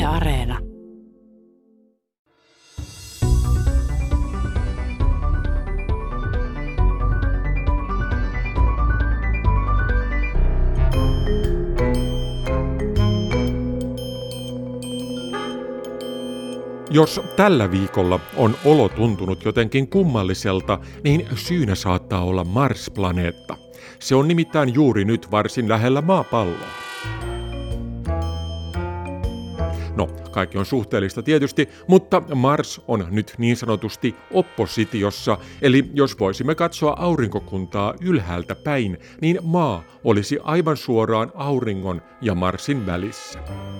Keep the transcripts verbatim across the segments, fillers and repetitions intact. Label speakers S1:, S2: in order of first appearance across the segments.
S1: Areena.
S2: Jos tällä viikolla on olo tuntunut jotenkin kummalliselta, niin syynä saattaa olla Mars-planeetta. Se on nimittäin juuri nyt varsin lähellä maapalloa. No, kaikki on suhteellista tietysti, mutta Mars on nyt niin sanotusti oppositiossa, eli jos voisimme katsoa aurinkokuntaa ylhäältä päin, niin maa olisi aivan suoraan auringon ja Marsin välissä.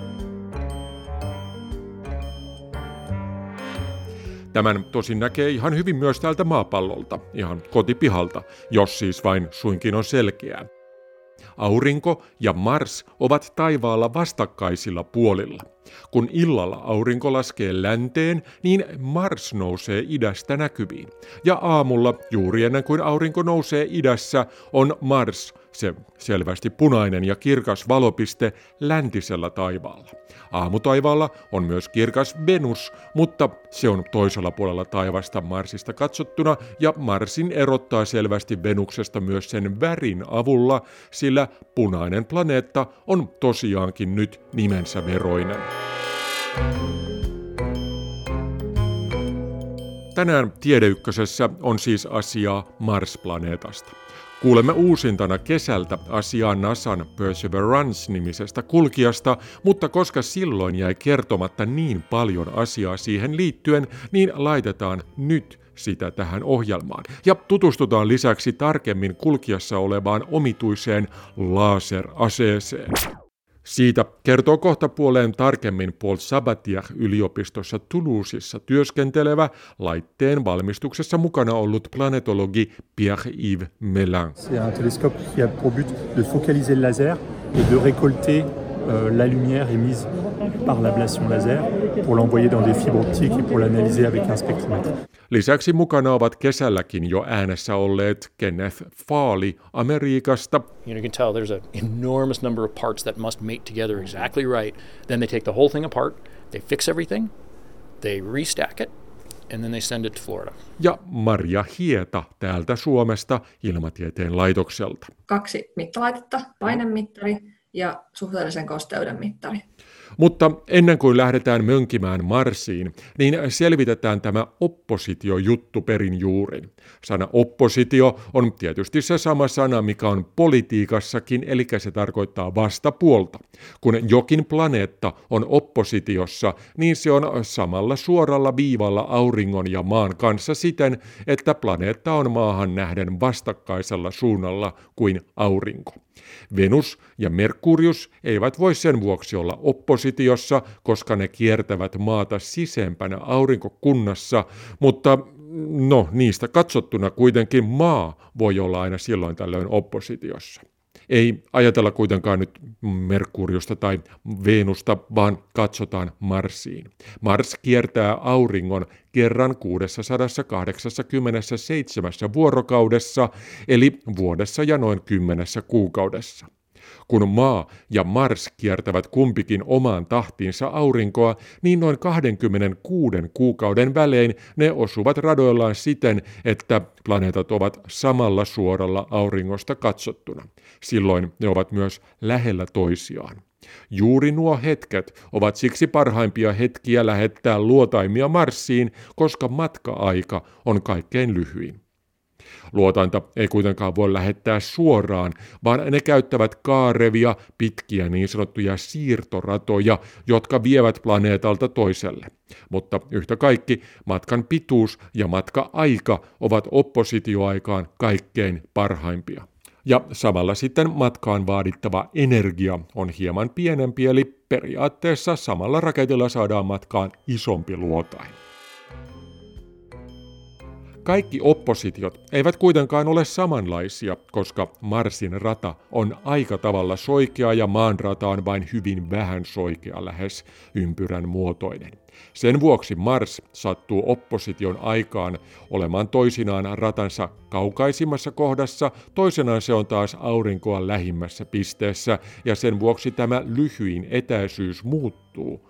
S2: Tämän tosin näkee ihan hyvin myös täältä maapallolta, ihan kotipihalta, jos siis vain suinkin on selkeää. Aurinko ja Mars ovat taivaalla vastakkaisilla puolilla. Kun illalla aurinko laskee länteen, niin Mars nousee idästä näkyviin. Ja aamulla, juuri ennen kuin aurinko nousee idässä, on Mars, se selvästi punainen ja kirkas valopiste, läntisellä taivaalla. Aamutaivaalla on myös kirkas Venus, mutta se on toisella puolella taivasta Marsista katsottuna, ja Marsin erottaa selvästi Venuksesta myös sen värin avulla, sillä punainen planeetta on tosiaankin nyt nimensä veroinen. Tänään Tiedeykkösessä on siis asiaa Mars-planeetasta. Kuulemme uusintana kesältä asiaa NASAn Perseverance-nimisestä kulkijasta, mutta koska silloin jäi kertomatta niin paljon asiaa siihen liittyen, niin laitetaan nyt sitä tähän ohjelmaan. Ja tutustutaan lisäksi tarkemmin kulkijassa olevaan omituiseen laaseraseeseen. Siitä kertoo kohta puoleen tarkemmin Paul Sabatier yliopistossa Toulousessa työskentelevä laitteen valmistuksessa mukana ollut planetologi Pierre-Yves Mélin.
S3: C'est un télescope qui a pour but de focaliser le laser et de récolter la lumière émise par l'ablation laser pour l'envoyer dans des fibres optiques et pour l'analyser avec un spectromètre.
S2: Lisäksi mukana ovat kesälläkin jo äänessä olleet Kenneth Farley Amerikasta.
S4: You know, you can tell there's an enormous number of parts that must mate together exactly right. Then they take the whole thing apart, they fix everything, they restack it, and then they send it to Florida.
S2: Ja Maria Hieta täältä Suomesta Ilmatieteen laitokselta.
S5: Kaksi mittalaitetta, painemittari ja suhteellisen kosteuden mittari.
S2: Mutta ennen kuin lähdetään mönkimään Marsiin, niin selvitetään tämä oppositiojuttu perin juurin. Sana oppositio on tietysti se sama sana, mikä on politiikassakin, eli se tarkoittaa vastapuolta. Kun jokin planeetta on oppositiossa, niin se on samalla suoralla viivalla auringon ja maan kanssa siten, että planeetta on maahan nähden vastakkaisella suunnalla kuin aurinko. Venus ja Merkurius eivät voi sen vuoksi olla oppositiossa, koska ne kiertävät maata sisempänä aurinkokunnassa, mutta no niistä katsottuna kuitenkin maa voi olla aina silloin tällöin oppositiossa. Ei ajatella kuitenkaan nyt Merkuriusta tai Venusta, vaan katsotaan Marsiin. Mars kiertää auringon kerran kuusisataakahdeksankymmentäseitsemän vuorokaudessa, eli vuodessa ja noin kymmenessä kuukaudessa. Kun maa ja Mars kiertävät kumpikin omaan tahtiinsa aurinkoa, niin noin kaksikymmentäkuusi kuukauden välein ne osuvat radoillaan siten, että planeetat ovat samalla suoralla auringosta katsottuna. Silloin ne ovat myös lähellä toisiaan. Juuri nuo hetket ovat siksi parhaimpia hetkiä lähettää luotaimia Marsiin, koska matka-aika on kaikkein lyhyin. Luotainta ei kuitenkaan voi lähettää suoraan, vaan ne käyttävät kaarevia, pitkiä niin sanottuja siirtoratoja, jotka vievät planeetalta toiselle. Mutta yhtä kaikki matkan pituus ja matka-aika ovat oppositioaikaan kaikkein parhaimpia. Ja samalla sitten matkaan vaadittava energia on hieman pienempi, eli periaatteessa samalla raketilla saadaan matkaan isompi luotain. Kaikki oppositiot eivät kuitenkaan ole samanlaisia, koska Marsin rata on aika tavalla soikea ja maan rata on vain hyvin vähän soikea, lähes ympyrän muotoinen. Sen vuoksi Mars sattuu opposition aikaan olemaan toisinaan ratansa kaukaisimmassa kohdassa, toisenaan se on taas aurinkoa lähimmässä pisteessä ja sen vuoksi tämä lyhyin etäisyys muuttuu.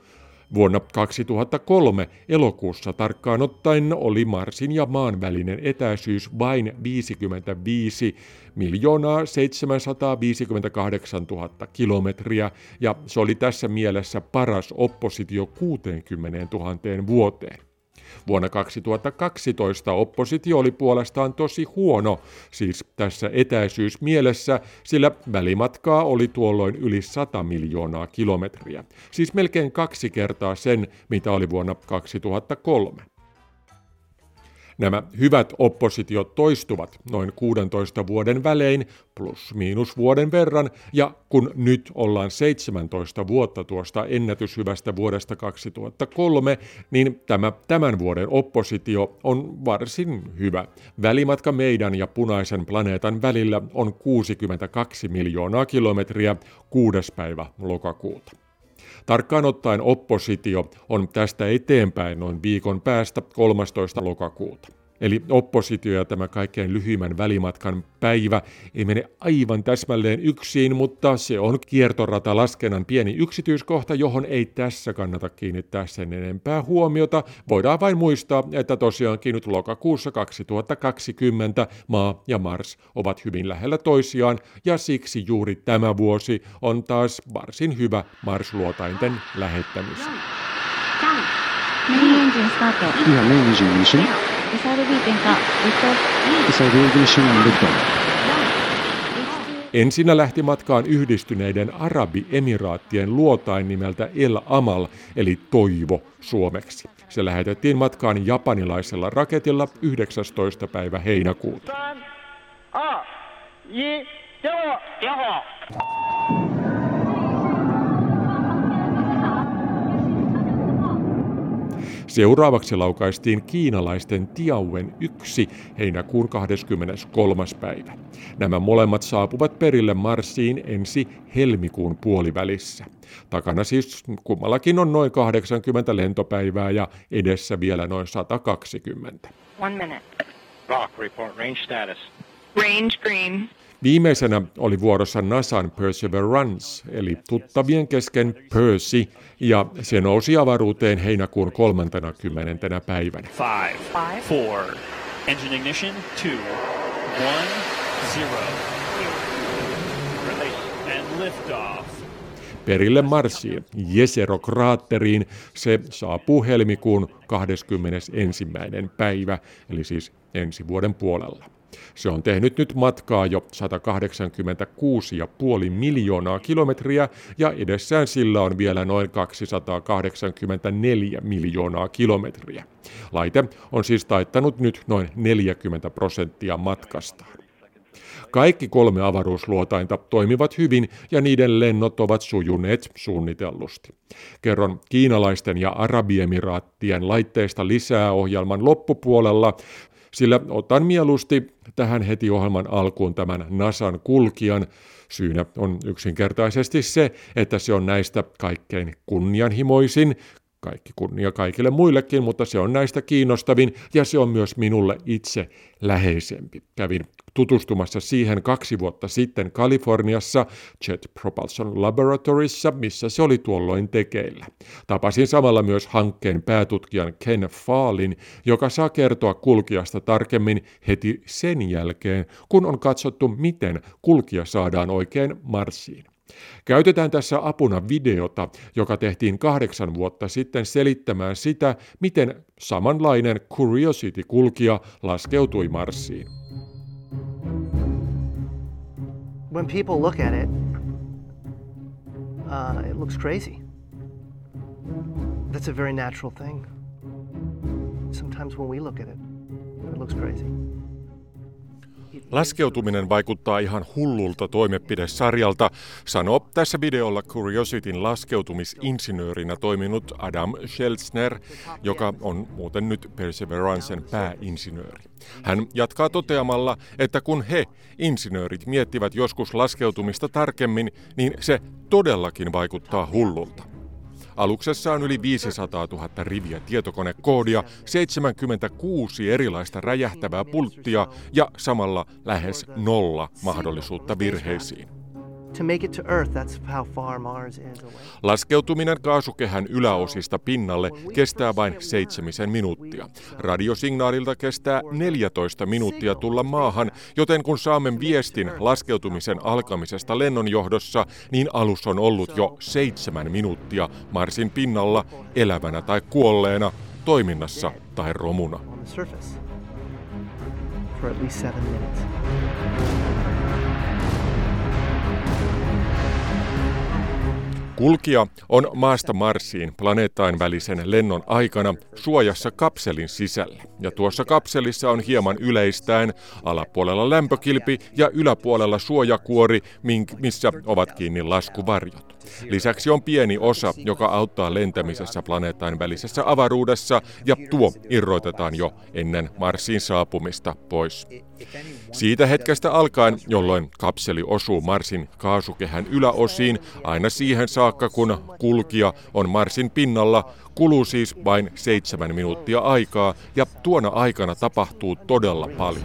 S2: Vuonna kaksituhattakolme elokuussa tarkkaan ottaen oli Marsin ja maan välinen etäisyys vain viisikymmentäviisi miljoonaa seitsemänsataaviisikymmentäkahdeksantuhatta kilometriä, ja se oli tässä mielessä paras oppositio kuuteenkymmeneentuhanteen vuoteen. Vuonna kaksituhattakaksitoista oppositio oli puolestaan tosi huono, siis tässä etäisyysmielessä, sillä välimatkaa oli tuolloin yli sata miljoonaa kilometriä, siis melkein kaksi kertaa sen, mitä oli vuonna kaksituhattakolme. Nämä hyvät oppositiot toistuvat noin kuudentoista vuoden välein plus miinus vuoden verran, ja kun nyt ollaan seitsemäntoista vuotta tuosta ennätyshyvästä vuodesta kaksituhattakolme, niin tämä tämän vuoden oppositio on varsin hyvä. Välimatka meidän ja punaisen planeetan välillä on kuusikymmentäkaksi miljoonaa kilometriä kuudes päivä lokakuuta. Tarkkaan ottaen oppositio on tästä eteenpäin noin viikon päästä kolmastoista lokakuuta. Eli oppositio ja tämä kaikkein lyhyimmän välimatkan päivä ei mene aivan täsmälleen yksin, mutta se on kiertoratalaskennan pieni yksityiskohta, johon ei tässä kannata kiinnittää sen enempää huomiota. Voidaan vain muistaa, että tosiaankin nyt lokakuussa kaksituhattakaksikymmentä maa ja Mars ovat hyvin lähellä toisiaan, ja siksi juuri tämä vuosi on taas varsin hyvä Mars-luotainten lähettämiseen.
S1: Main engine start.
S6: Yeah, main engine ignition.
S1: S R V 点火。Lift
S6: S R V ignition and liftoff.
S2: Ensinnä lähti matkaan yhdistyneiden Arabiemiraattien luotain nimeltä El Amal, eli Toivo suomeksi. Se lähetettiin matkaan japanilaisella raketilla yhdeksästoista päivä heinäkuuta. Seuraavaksi laukaistiin kiinalaisten Tiaoen yksi heinäkuun kahdeskymmeneskolmas päivä. Nämä molemmat saapuvat perille Marsiin ensi helmikuun puolivälissä. Takana siis kummallakin on noin kahdeksankymmentä lentopäivää ja edessä vielä noin sata kaksikymmentä.
S7: One minute.
S8: Rock, report range status.
S7: Range green.
S2: Viimeisenä oli vuorossa NASAn Perseverance, eli tuttavien kesken Percy, ja se nousi avaruuteen heinäkuun kolmantenakymmenentenä päivänä.
S8: Five,
S7: Five.
S8: four, engine ignition, two, one, zero. Release and liftoff.
S2: Perille Marsiin, Jezero-kraatteriin, se saapuu helmikuun kahdeskymmenesensimmäinen päivä, eli siis ensi vuoden puolella. Se on tehnyt nyt matkaa jo sata kahdeksankymmentäkuusi pilkku viisi miljoonaa kilometriä ja edessään sillä on vielä noin kaksisataakahdeksankymmentäneljä miljoonaa kilometriä. Laite on siis taittanut nyt noin neljäkymmentä prosenttia matkastaan. Kaikki kolme avaruusluotainta toimivat hyvin ja niiden lennot ovat sujuneet suunnitellusti. Kerron kiinalaisten ja Arabiemiraattien laitteista lisää ohjelman loppupuolella, sillä otan mieluusti tähän heti ohjelman alkuun tämän NASAn kulkijan. Syynä on yksinkertaisesti se, että se on näistä kaikkein kunnianhimoisin, kaikki kunnia kaikille muillekin, mutta se on näistä kiinnostavin ja se on myös minulle itse läheisempi. Kävin tutustumassa siihen kaksi vuotta sitten Kaliforniassa Jet Propulsion Laboratoryssa, missä se oli tuolloin tekeillä. Tapasin samalla myös hankkeen päätutkijan Ken Fallin, joka saa kertoa kulkijasta tarkemmin heti sen jälkeen, kun on katsottu, miten kulkija saadaan oikein Marsiin. Käytetään tässä apuna videota, joka tehtiin kahdeksan vuotta sitten selittämään sitä, miten samanlainen Curiosity-kulkija laskeutui Marsiin.
S9: When people look at it, uh, it looks crazy. That's a very natural thing. Sometimes when we look at it, it looks crazy.
S2: Laskeutuminen vaikuttaa ihan hullulta toimenpidesarjalta, sanoo tässä videolla Curiosityn laskeutumisinsinöörinä toiminut Adam Schelsner, joka on muuten nyt Perseverance'n pääinsinööri. Hän jatkaa toteamalla, että kun he, insinöörit, miettivät joskus laskeutumista tarkemmin, niin se todellakin vaikuttaa hullulta. Aluksessa on yli viisisataatuhatta riviä tietokonekoodia, seitsemänkymmentäkuusi erilaista räjähtävää pulttia ja samalla lähes nolla mahdollisuutta virheisiin.
S9: To make it to Earth, that's how far Mars is away.
S2: Laskeutuminen kaasukehän yläosista pinnalle kestää vain seitsemisen minuuttia. Radiosignaalilta kestää neljätoista minuuttia tulla maahan, joten kun saamme viestin laskeutumisen alkamisesta lennonjohdossa, niin alus on ollut jo seitsemän minuuttia Marsin pinnalla elävänä tai kuolleena, toiminnassa tai romuna.
S9: On the surface for at least seven minutes.
S2: Kulkija on maasta Marsiin planeettain välisen lennon aikana suojassa kapselin sisällä. Ja tuossa kapselissa on hieman yleistäen alapuolella lämpökilpi ja yläpuolella suojakuori, missä ovat kiinni laskuvarjot. Lisäksi on pieni osa, joka auttaa lentämisessä planeettain välisessä avaruudessa, ja tuo irrotetaan jo ennen Marsiin saapumista pois. Siitä hetkestä alkaen, jolloin kapseli osuu Marsin kaasukehän yläosiin, aina siihen saakka, kun kulkija on Marsin pinnalla, kuluu siis vain seitsemän minuuttia aikaa, ja tuona aikana tapahtuu todella paljon.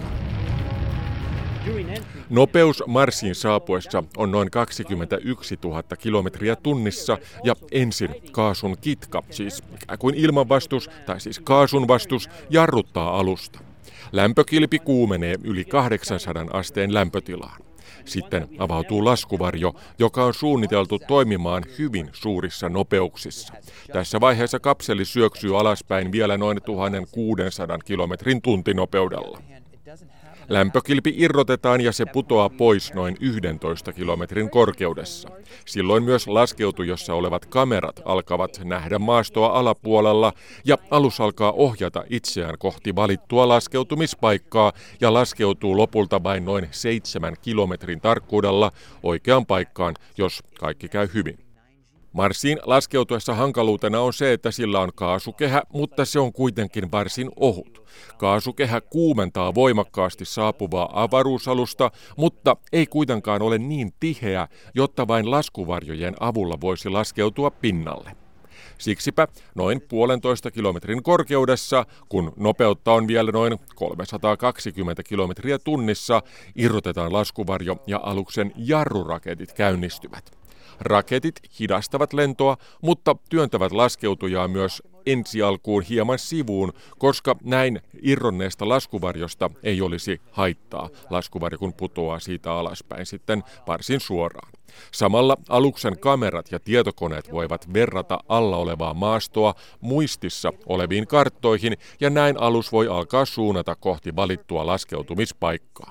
S2: Nopeus Marsiin saapuessa on noin kaksikymmentäyksituhatta kilometriä tunnissa, ja ensin kaasun kitka, siis ikään kuin ilmanvastus tai siis kaasun vastus, jarruttaa alusta. Lämpökilpi kuumenee yli kahdeksansadan asteen lämpötilaan. Sitten avautuu laskuvarjo, joka on suunniteltu toimimaan hyvin suurissa nopeuksissa. Tässä vaiheessa kapseli syöksyy alaspäin vielä noin tuhatkuusisataa kilometrin tuntinopeudella. Lämpökilpi irrotetaan ja se putoaa pois noin yksitoista kilometrin korkeudessa. Silloin myös laskeutujossa olevat kamerat alkavat nähdä maastoa alapuolella ja alus alkaa ohjata itseään kohti valittua laskeutumispaikkaa ja laskeutuu lopulta vain noin seitsemän kilometrin tarkkuudella oikeaan paikkaan, jos kaikki käy hyvin. Marsiin laskeutuessa hankaluutena on se, että sillä on kaasukehä, mutta se on kuitenkin varsin ohut. Kaasukehä kuumentaa voimakkaasti saapuvaa avaruusalusta, mutta ei kuitenkaan ole niin tiheä, jotta vain laskuvarjojen avulla voisi laskeutua pinnalle. Siksipä noin puolentoista kilometrin korkeudessa, kun nopeutta on vielä noin kolmesataakaksikymmentä kilometriä tunnissa, irrotetaan laskuvarjo ja aluksen jarruraketit käynnistyvät. Raketit hidastavat lentoa, mutta työntävät laskeutujaa myös ensi alkuun hieman sivuun, koska näin irronneesta laskuvarjosta ei olisi haittaa. Laskuvarjo kun putoaa siitä alaspäin sitten varsin suoraan. Samalla aluksen kamerat ja tietokoneet voivat verrata alla olevaa maastoa muistissa oleviin karttoihin, ja näin alus voi alkaa suunnata kohti valittua laskeutumispaikkaa.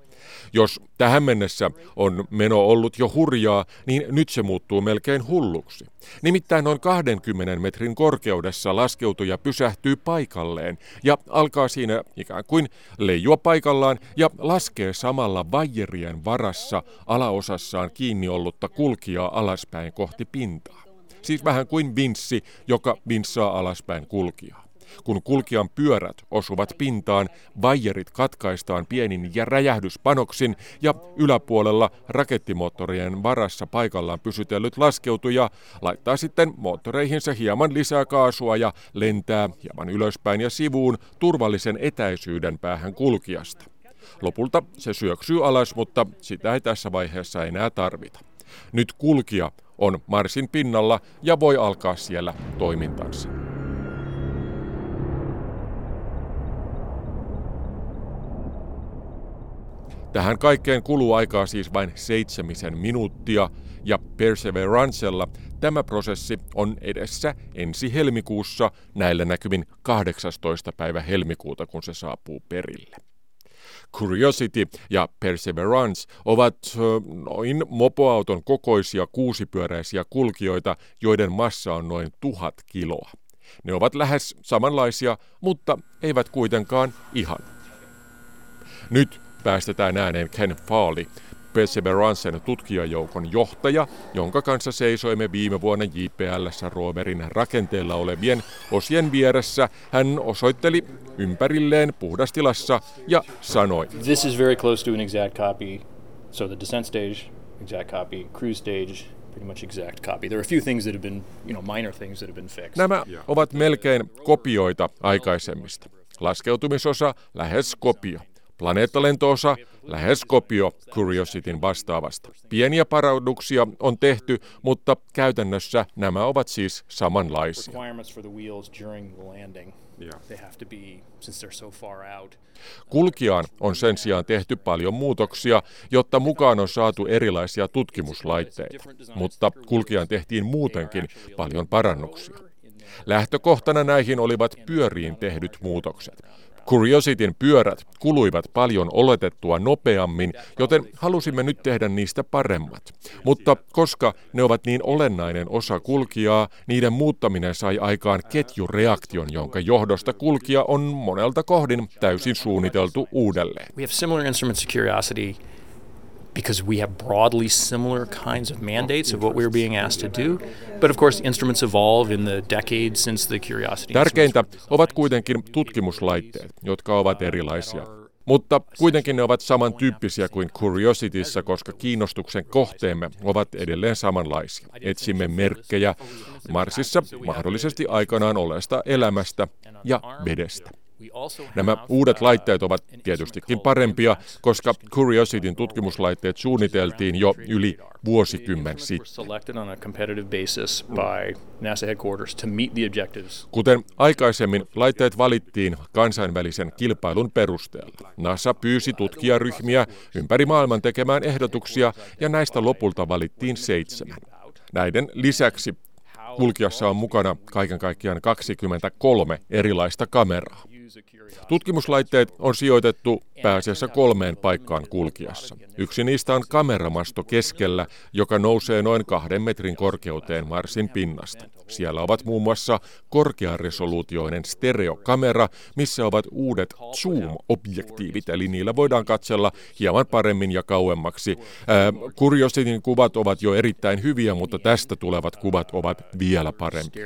S2: Jos tähän mennessä on meno ollut jo hurjaa, niin nyt se muuttuu melkein hulluksi. Nimittäin noin kaksikymmentä metrin korkeudessa laskeutuja pysähtyy paikalleen ja alkaa siinä ikään kuin leijua paikallaan ja laskee samalla vaijerien varassa alaosassaan kiinni ollutta kulkijaa alaspäin kohti pintaa. Siis vähän kuin vinssi, joka vinssaa alaspäin kulkijaa. Kun kulkijan pyörät osuvat pintaan, vaijerit katkaistaan pienin ja räjähdyspanoksin ja yläpuolella rakettimoottorien varassa paikallaan pysytellyt laskeutuja laittaa sitten moottoreihinsa hieman lisää kaasua ja lentää hieman ylöspäin ja sivuun turvallisen etäisyyden päähän kulkijasta. Lopulta se syöksyy alas, mutta sitä ei tässä vaiheessa enää tarvita. Nyt kulkija on Marsin pinnalla ja voi alkaa siellä toimintansa. Tähän kaikkeen kuluu aikaa siis vain seitsemisen minuuttia, ja Perseverancella tämä prosessi on edessä ensi helmikuussa, näillä näkymin kahdeksastoista päivä helmikuuta, kun se saapuu perille. Curiosity ja Perseverance ovat noin mopoauton kokoisia kuusipyöräisiä kulkijoita, joiden massa on noin tuhat kiloa. Ne ovat lähes samanlaisia, mutta eivät kuitenkaan ihan. Nyt päästetään ääneen Ken Farley, Perseverancen tutkijajoukon johtaja, jonka kanssa seisoimme viime vuonna J P L-roverin rakenteella olevien osien vieressä. Hän osoitteli ympärilleen puhdastilassa ja sanoi:
S4: This is very close to an exact copy. So the descent stage, exact copy, cruise stage, pretty much exact copy. There are a few things that have been, you know, minor things that have been fixed.
S2: Nämä ovat melkein kopioita aikaisemmista. Laskeutumisosa lähes kopio. Planeettalento-osa lähes kopio Curiosityn vastaavasta. Pieniä parannuksia on tehty, mutta käytännössä nämä ovat siis samanlaisia. Kulkijaan on sen sijaan tehty paljon muutoksia, jotta mukaan on saatu erilaisia tutkimuslaitteita, mutta kulkijaan tehtiin muutenkin paljon parannuksia. Lähtökohtana näihin olivat pyöriin tehdyt muutokset. Curiosityn pyörät kuluivat paljon oletettua nopeammin, joten halusimme nyt tehdä niistä paremmat. Mutta koska ne ovat niin olennainen osa kulkijaa, niiden muuttaminen sai aikaan ketjureaktion, jonka johdosta kulkija on monelta kohdin täysin suunniteltu uudelleen.
S4: We have similar instruments to Curiosity because we have broadly similar kinds of mandates of what we're being asked to do. But of course, instruments evolve in the decades since the Curiosity.
S2: Tärkeintä ovat kuitenkin tutkimuslaitteet, jotka ovat erilaisia. Mutta kuitenkin ne ovat samantyyppisiä kuin Curiosityssä, koska kiinnostuksen kohteemme ovat edelleen samanlaisia. Etsimme merkkejä Marsissa mahdollisesti aikanaan olleesta elämästä ja vedestä. Nämä uudet laitteet ovat tietystikin parempia, koska Curiosityn tutkimuslaitteet suunniteltiin jo yli vuosikymmen sitten. Kuten aikaisemmin, laitteet valittiin kansainvälisen kilpailun perusteella. NASA pyysi tutkijaryhmiä ympäri maailman tekemään ehdotuksia, ja näistä lopulta valittiin seitsemän. Näiden lisäksi kulkijassa on mukana kaiken kaikkiaan kaksikymmentäkolme erilaista kameraa. Tutkimuslaitteet on sijoitettu pääasiassa kolmeen paikkaan kulkijassa. Yksi niistä on kameramasto keskellä, joka nousee noin kahden metrin korkeuteen Marsin pinnasta. Siellä ovat muun muassa korkearesoluutioinen stereokamera, missä ovat uudet zoom-objektiivit, eli niillä voidaan katsella hieman paremmin ja kauemmaksi. Ää, Curiosityn kuvat ovat jo erittäin hyviä, mutta tästä tulevat kuvat ovat vielä parempia.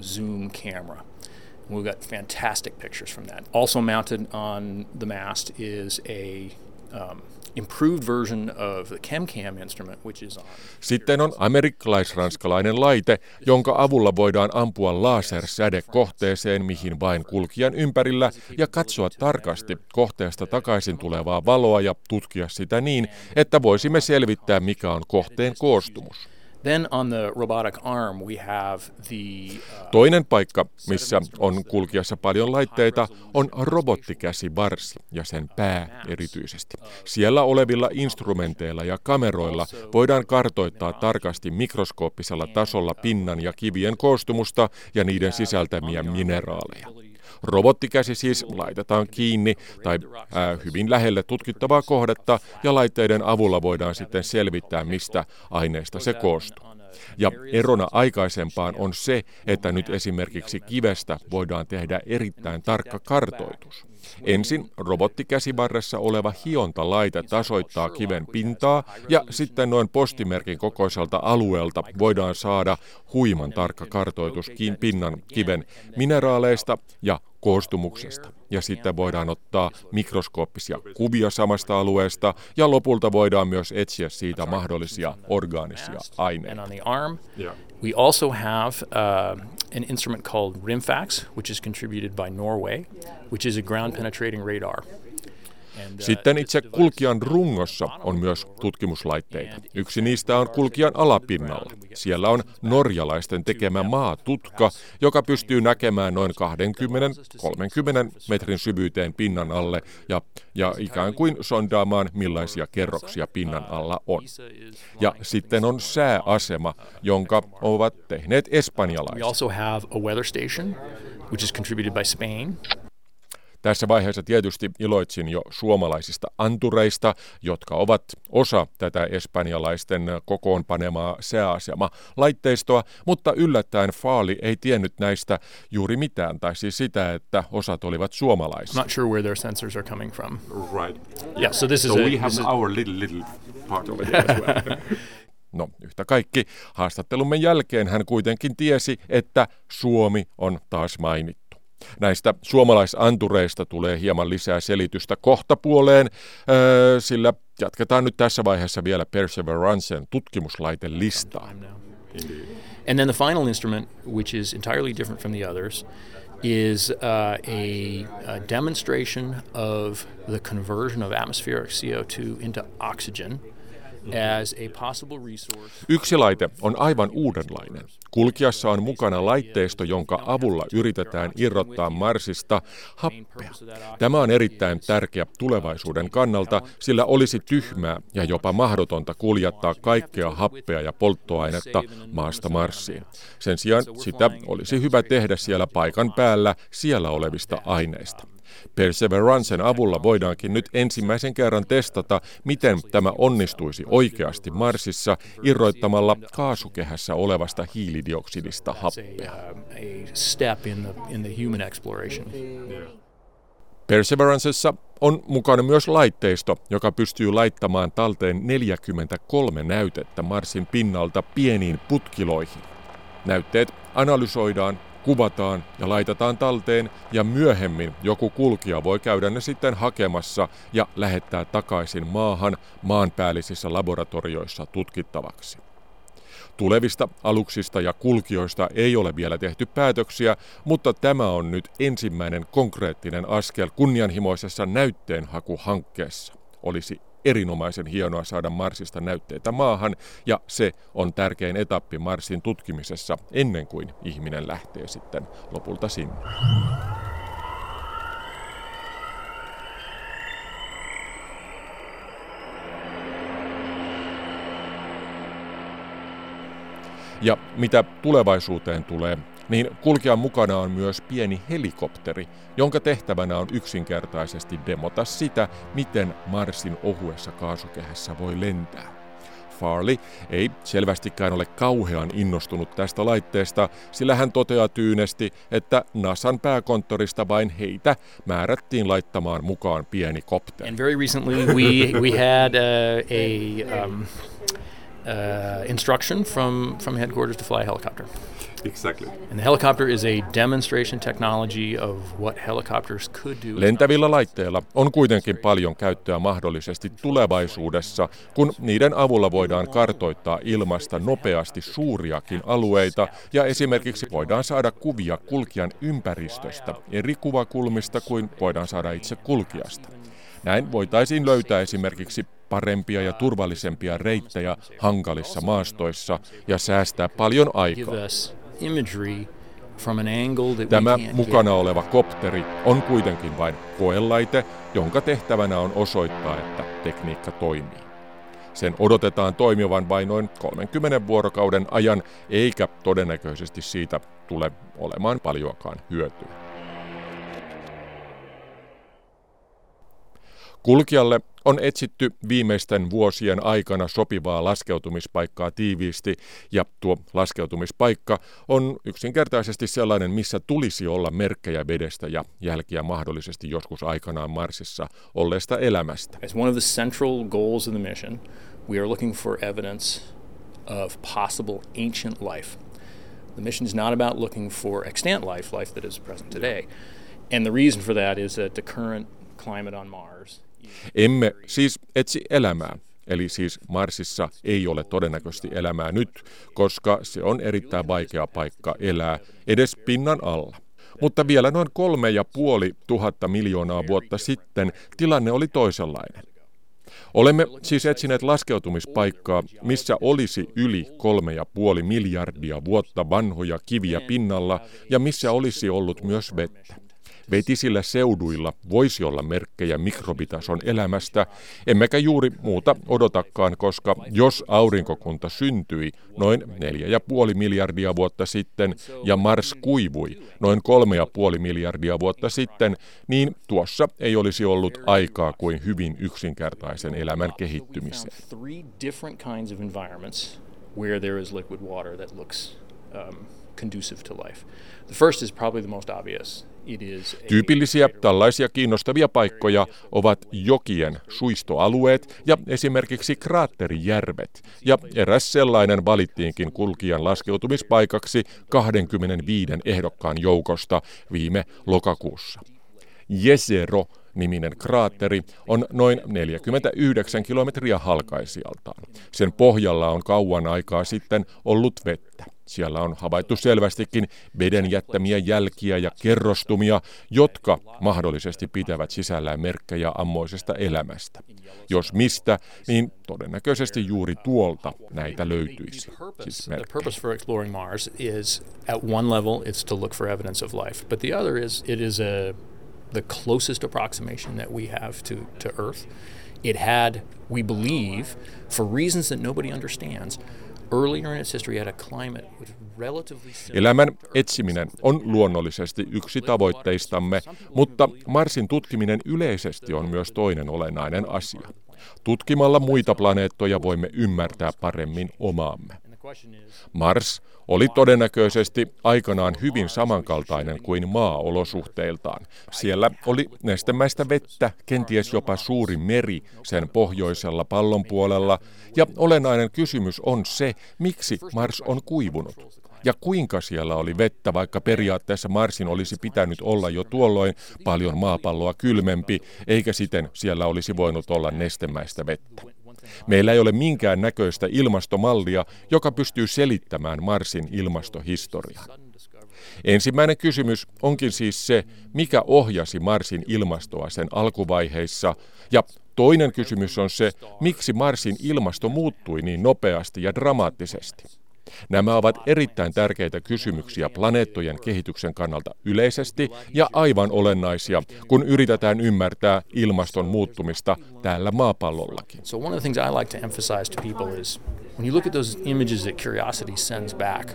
S4: We've got fantastic pictures from that. Also mounted on the mast is a um, improved version of the ChemCam instrument, which is on.
S2: Sitten on amerikkalais-ranskalainen laite, jonka avulla voidaan ampua lasersäde kohteeseen mihin vain kulkijan ympärillä ja katsoa tarkasti kohteesta takaisin tulevaa valoa ja tutkia sitä niin, että voisimme selvittää, mikä on kohteen koostumus.
S4: Then on the robotic arm we have the, uh,
S2: Toinen paikka, missä on kulkijassa paljon laitteita, on robottikäsivarsi ja sen pää erityisesti. Siellä olevilla instrumenteilla ja kameroilla voidaan kartoittaa tarkasti mikroskooppisella tasolla pinnan ja kivien koostumusta ja niiden sisältämiä mineraaleja. Robottikäsi siis laitetaan kiinni tai ää, hyvin lähelle tutkittavaa kohdetta ja laitteiden avulla voidaan sitten selvittää, mistä aineesta se koostuu. Ja erona aikaisempaan on se, että nyt esimerkiksi kivestä voidaan tehdä erittäin tarkka kartoitus. Ensin robottikäsivarressa oleva hiontalaite tasoittaa kiven pintaa ja sitten noin postimerkin kokoiselta alueelta voidaan saada huiman tarkka kartoitus pinnan kiven mineraaleista ja koostumuksesta. Ja sitten voidaan ottaa mikroskooppisia kuvia samasta alueesta ja lopulta voidaan myös etsiä siitä mahdollisia orgaanisia aineita.
S4: We also have uh, an instrument called RIMFAX, which is contributed by Norway, which is a ground penetrating radar.
S2: Sitten itse kulkijan rungossa on myös tutkimuslaitteita. Yksi niistä on kulkijan alapinnalla. Siellä on norjalaisten tekemä maatutka, joka pystyy näkemään noin kaksikymmentä kolmekymmentä metrin syvyyteen pinnan alle ja, ja ikään kuin sondaamaan, millaisia kerroksia pinnan alla on. Ja sitten on sääasema, jonka ovat tehneet espanjalaiset.
S4: We also have a weather station, which is contributed by Spain.
S2: Tässä vaiheessa tietysti iloitsin jo suomalaisista antureista, jotka ovat osa tätä espanjalaisten kokoonpanemaa sääasema-laitteistoa, mutta yllättäen Farley ei tiennyt näistä juuri mitään, tai siis sitä, että osat olivat suomalaisia.
S4: I'm not sure where their sensors are coming from.
S2: Right.
S4: Yeah, so this is
S2: so
S4: a,
S2: we have
S4: this is...
S2: our little, little part of it as well. No, yhtä kaikki, haastattelumme jälkeen hän kuitenkin tiesi, että Suomi on taas mainittu. Näistä suomalaisantureista tulee hieman lisää selitystä kohtapuoleen, öö, sillä jatketaan nyt tässä vaiheessa vielä Perseverance'n tutkimuslaitelistaa.
S4: And then the final instrument, which is entirely different from the others, is uh, a, a demonstration of the conversion of atmospheric C O two into oxygen as a possible resource.
S2: Yksi laite on aivan uudenlainen. Kulkiassa on mukana laitteisto, jonka avulla yritetään irrottaa Marsista happea. Tämä on erittäin tärkeä tulevaisuuden kannalta, sillä olisi tyhmää ja jopa mahdotonta kuljettaa kaikkea happea ja polttoainetta maasta Marsiin. Sen sijaan sitä olisi hyvä tehdä siellä paikan päällä siellä olevista aineista. Perseverancen avulla voidaankin nyt ensimmäisen kerran testata, miten tämä onnistuisi oikeasti Marsissa irroittamalla kaasukehässä olevasta hiilidioksidista happea. Perseverancessa on mukana myös laitteisto, joka pystyy laittamaan talteen neljäkymmentäkolme näytettä Marsin pinnalta pieniin putkiloihin. Näytteet analysoidaan, kuvataan ja laitetaan talteen, ja myöhemmin joku kulkija voi käydä ne sitten hakemassa ja lähettää takaisin maahan maanpäällisissä laboratorioissa tutkittavaksi. Tulevista aluksista ja kulkijoista ei ole vielä tehty päätöksiä, mutta tämä on nyt ensimmäinen konkreettinen askel kunnianhimoisessa näytteenhakuhankkeessa. Olisi erinomaisen hienoa saada Marsista näytteitä maahan, ja se on tärkein etappi Marsin tutkimisessa ennen kuin ihminen lähtee sitten lopulta sinne. Ja mitä tulevaisuuteen tulee, niin kulkijan mukana on myös pieni helikopteri, jonka tehtävänä on yksinkertaisesti demota sitä, miten Marsin ohuessa kaasukehässä voi lentää. Farley ei selvästikään ole kauhean innostunut tästä laitteesta, sillä hän toteaa tyynesti, että NASAn pääkonttorista vain heitä määrättiin laittamaan mukaan pieni kopteri.
S4: And very recently we we had uh, a um, uh, instruction from from headquarters to fly a helicopter.
S2: Exactly.
S4: And the helicopter is a demonstration technology of what helicopters could do.
S2: Lentävillä laitteilla on kuitenkin paljon käyttöä mahdollisesti tulevaisuudessa, kun niiden avulla voidaan kartoittaa ilmasta nopeasti suuriakin alueita ja esimerkiksi voidaan saada kuvia kulkijan ympäristöstä eri kuvakulmista kuin voidaan saada itse kulkijasta. Näin voitaisiin löytää esimerkiksi parempia ja turvallisempia reittejä hankalissa maastoissa ja säästää paljon aikaa. Tämä mukana oleva kopteri on kuitenkin vain koelaite, jonka tehtävänä on osoittaa, että tekniikka toimii. Sen odotetaan toimivan vain noin kolmenkymmenen vuorokauden ajan, eikä todennäköisesti siitä tule olemaan paljoakaan hyötyä. Kulkijalle on etsitty viimeisten vuosien aikana sopivaa laskeutumispaikkaa tiiviisti, ja tuo laskeutumispaikka on yksinkertaisesti sellainen, missä tulisi olla merkkejä vedestä ja jälkiä mahdollisesti joskus aikanaan Marsissa olleesta elämästä.
S4: As one of the central goals of the mission, we are looking for evidence of possible ancient life. The mission is not about looking for extant life, life that is present today. And the reason for that is that the current climate on Mars.
S2: Emme siis etsi elämää, eli siis Marsissa ei ole todennäköisesti elämää nyt, koska se on erittäin vaikea paikka elää edes pinnan alla. Mutta vielä noin kolme ja puoli tuhatta miljoonaa vuotta sitten tilanne oli toisenlainen. Olemme siis etsineet laskeutumispaikkaa, missä olisi yli kolme ja puoli miljardia vuotta vanhoja kiviä pinnalla ja missä olisi ollut myös vettä. Vetisillä seuduilla voisi olla merkkejä mikrobitason elämästä, emmekä juuri muuta odotakaan, koska jos aurinkokunta syntyi noin neljä ja puoli miljardia vuotta sitten ja Mars kuivui noin kolme ja puoli miljardia vuotta sitten, niin tuossa ei olisi ollut aikaa kuin hyvin yksinkertaisen elämän kehittymiseen.
S4: Conducive to life. The first is probably the most obvious. It is a...
S2: Tyypillisiä tällaisia kiinnostavia paikkoja ovat jokien suistoalueet ja esimerkiksi kraatterijärvet, ja eräs sellainen valittiinkin kulkijan laskeutumispaikaksi kaksikymmentäviisi ehdokkaan joukosta viime lokakuussa. Jezero niminen kraatteri on noin neljäkymmentäyhdeksän kilometriä halkaisijaltaan. Sen pohjalla on kauan aikaa sitten ollut vettä. Siellä on havaittu selvästikin veden jättämiä jälkiä ja kerrostumia, jotka mahdollisesti pitävät sisällään merkkejä ammoisesta elämästä. Jos mistä, niin todennäköisesti juuri tuolta näitä löytyisi. Siis
S4: the purpose for exploring Mars is, at one level, it's to look for evidence of life, but the other is it is a the closest approximation that we have to to Earth. It had, we believe, for reasons that nobody understands, earlier in its history had a climate which relatively similar.
S2: Elämän etsiminen on luonnollisesti yksi tavoitteistamme, mutta Marsin tutkiminen yleisesti on myös toinen olennainen asia. Tutkimalla muita planeettoja voimme ymmärtää paremmin omaamme. Mars oli todennäköisesti aikanaan hyvin samankaltainen kuin maa olosuhteiltaan. Siellä oli nestemäistä vettä, kenties jopa suuri meri sen pohjoisella pallonpuolella, ja olennainen kysymys on se, miksi Mars on kuivunut. Ja kuinka siellä oli vettä, vaikka periaatteessa Marsin olisi pitänyt olla jo tuolloin paljon maapalloa kylmempi, eikä siten siellä olisi voinut olla nestemäistä vettä. Meillä ei ole minkään näköistä ilmastomallia, joka pystyy selittämään Marsin ilmastohistoriaa. Ensimmäinen kysymys onkin siis se, mikä ohjasi Marsin ilmastoa sen alkuvaiheissa, ja toinen kysymys on se, miksi Marsin ilmasto muuttui niin nopeasti ja dramaattisesti. Nämä ovat erittäin tärkeitä kysymyksiä planeettojen kehityksen kannalta yleisesti ja aivan olennaisia, kun yritetään ymmärtää ilmaston muuttumista täällä maapallollakin.
S4: So one of the things I like to emphasize to people is when you look at those images that Curiosity sends back,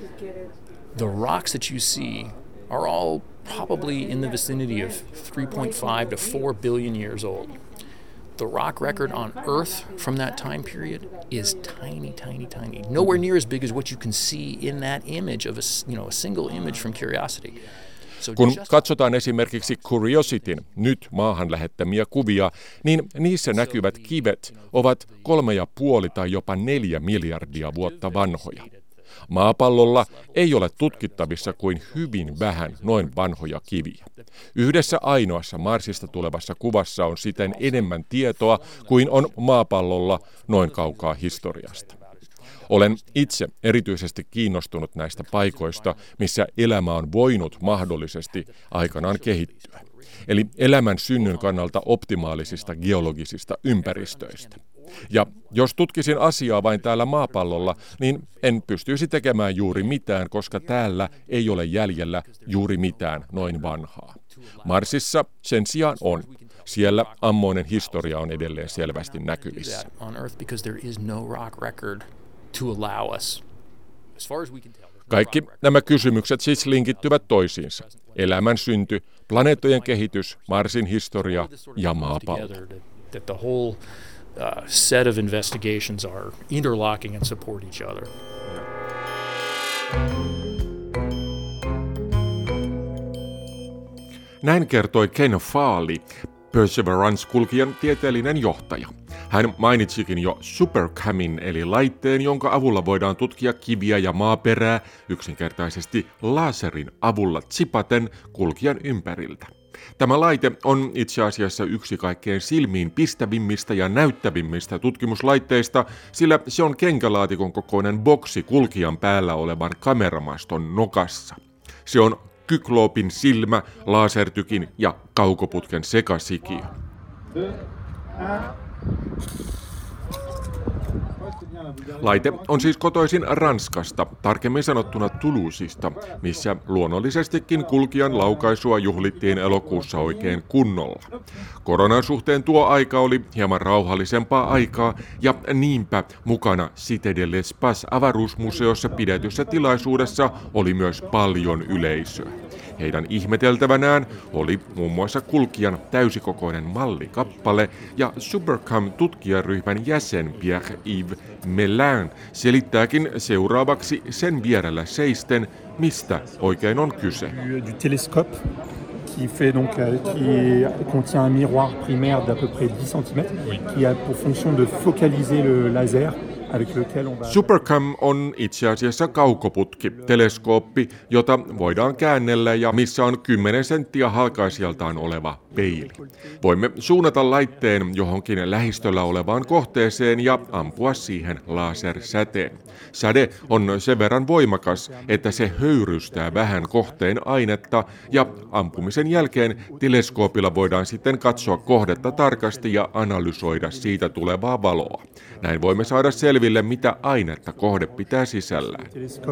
S4: the rocks that you see are all probably in the vicinity of three point five to four billion years old. The rock record on Earth from that time period is tiny, tiny, tiny. Nowhere near as big as what you can see in that image of a, you know, a single image from Curiosity. So
S2: kun katsotaan esimerkiksi Curiosityn nyt maahan lähettämiä kuvia, niin niissä näkyvät kivet ovat kolme ja puoli tai jopa neljä miljardia vuotta vanhoja. Maapallolla ei ole tutkittavissa kuin hyvin vähän noin vanhoja kiviä. Yhdessä ainoassa Marsista tulevassa kuvassa on siten enemmän tietoa kuin on maapallolla noin kaukaa historiasta. Olen itse erityisesti kiinnostunut näistä paikoista, missä elämä on voinut mahdollisesti aikanaan kehittyä. Eli elämän synnyn kannalta optimaalisista geologisista ympäristöistä. Ja jos tutkisin asiaa vain täällä maapallolla, niin en pystyisi tekemään juuri mitään, koska täällä ei ole jäljellä juuri mitään noin vanhaa. Marsissa sen sijaan on. Siellä ammoinen historia on edelleen selvästi näkyvissä. Kaikki nämä kysymykset siis linkittyvät toisiinsa. Elämän synty, planeettojen kehitys, Marsin historia ja maapallo.
S4: Uh, set of investigations are interlocking and support each other.
S2: Näin kertoi Ken Farley, Perseverance-kulkijan tieteellinen johtaja. Hän mainitsikin jo SuperCamin eli laitteen, jonka avulla voidaan tutkia kiviä ja maaperää yksinkertaisesti laserin avulla tsipaten kulkijan ympäriltä. Tämä laite on itse asiassa yksi kaikkein silmiin pistävimmistä ja näyttävimmistä tutkimuslaitteista, sillä se on kenkälaatikon kokoinen boksi kulkijan päällä olevan kameramaston nokassa. Se on kykloopin silmä, lasertykin ja kaukoputken sekasikiö. Laite on siis kotoisin Ranskasta, tarkemmin sanottuna Toulousesta, missä luonnollisestikin kulkijan laukaisua juhlittiin elokuussa oikein kunnolla. Koronan suhteen tuo aika oli hieman rauhallisempaa aikaa, ja niinpä mukana Cité de l'Espace avaruusmuseossa pidetyssä tilaisuudessa oli myös paljon yleisöä. Heidän ihmeteltävänään oli muun muassa kulkijan täysikokoinen mallikappale, ja SuperCam-tutkijaryhmän jäsen Pierre-Yves Mellin selittääkin seuraavaksi sen vierellä seisten, mistä oikein on kyse.
S3: Du télescope qui fait donc qui contient un miroir primaire d'à peu près dix centimètres qui a pour fonction de focaliser le laser avec lequel on va...
S2: Supercam on itse asiassa kaukoputki, teleskooppi, jota voidaan käännellä ja missä on kymmenen senttiä halkaisijaltaan oleva peili. Voimme suunnata laitteen johonkin lähistöllä olevaan kohteeseen ja ampua siihen lasersäteen. Säde on sen verran voimakas, että se höyrystää vähän kohteen ainetta ja ampumisen jälkeen teleskoopilla voidaan sitten katsoa kohdetta tarkasti ja analysoida siitä tulevaa valoa. Näin voimme saada selville, mitä ainetta kohde pitää sisällään.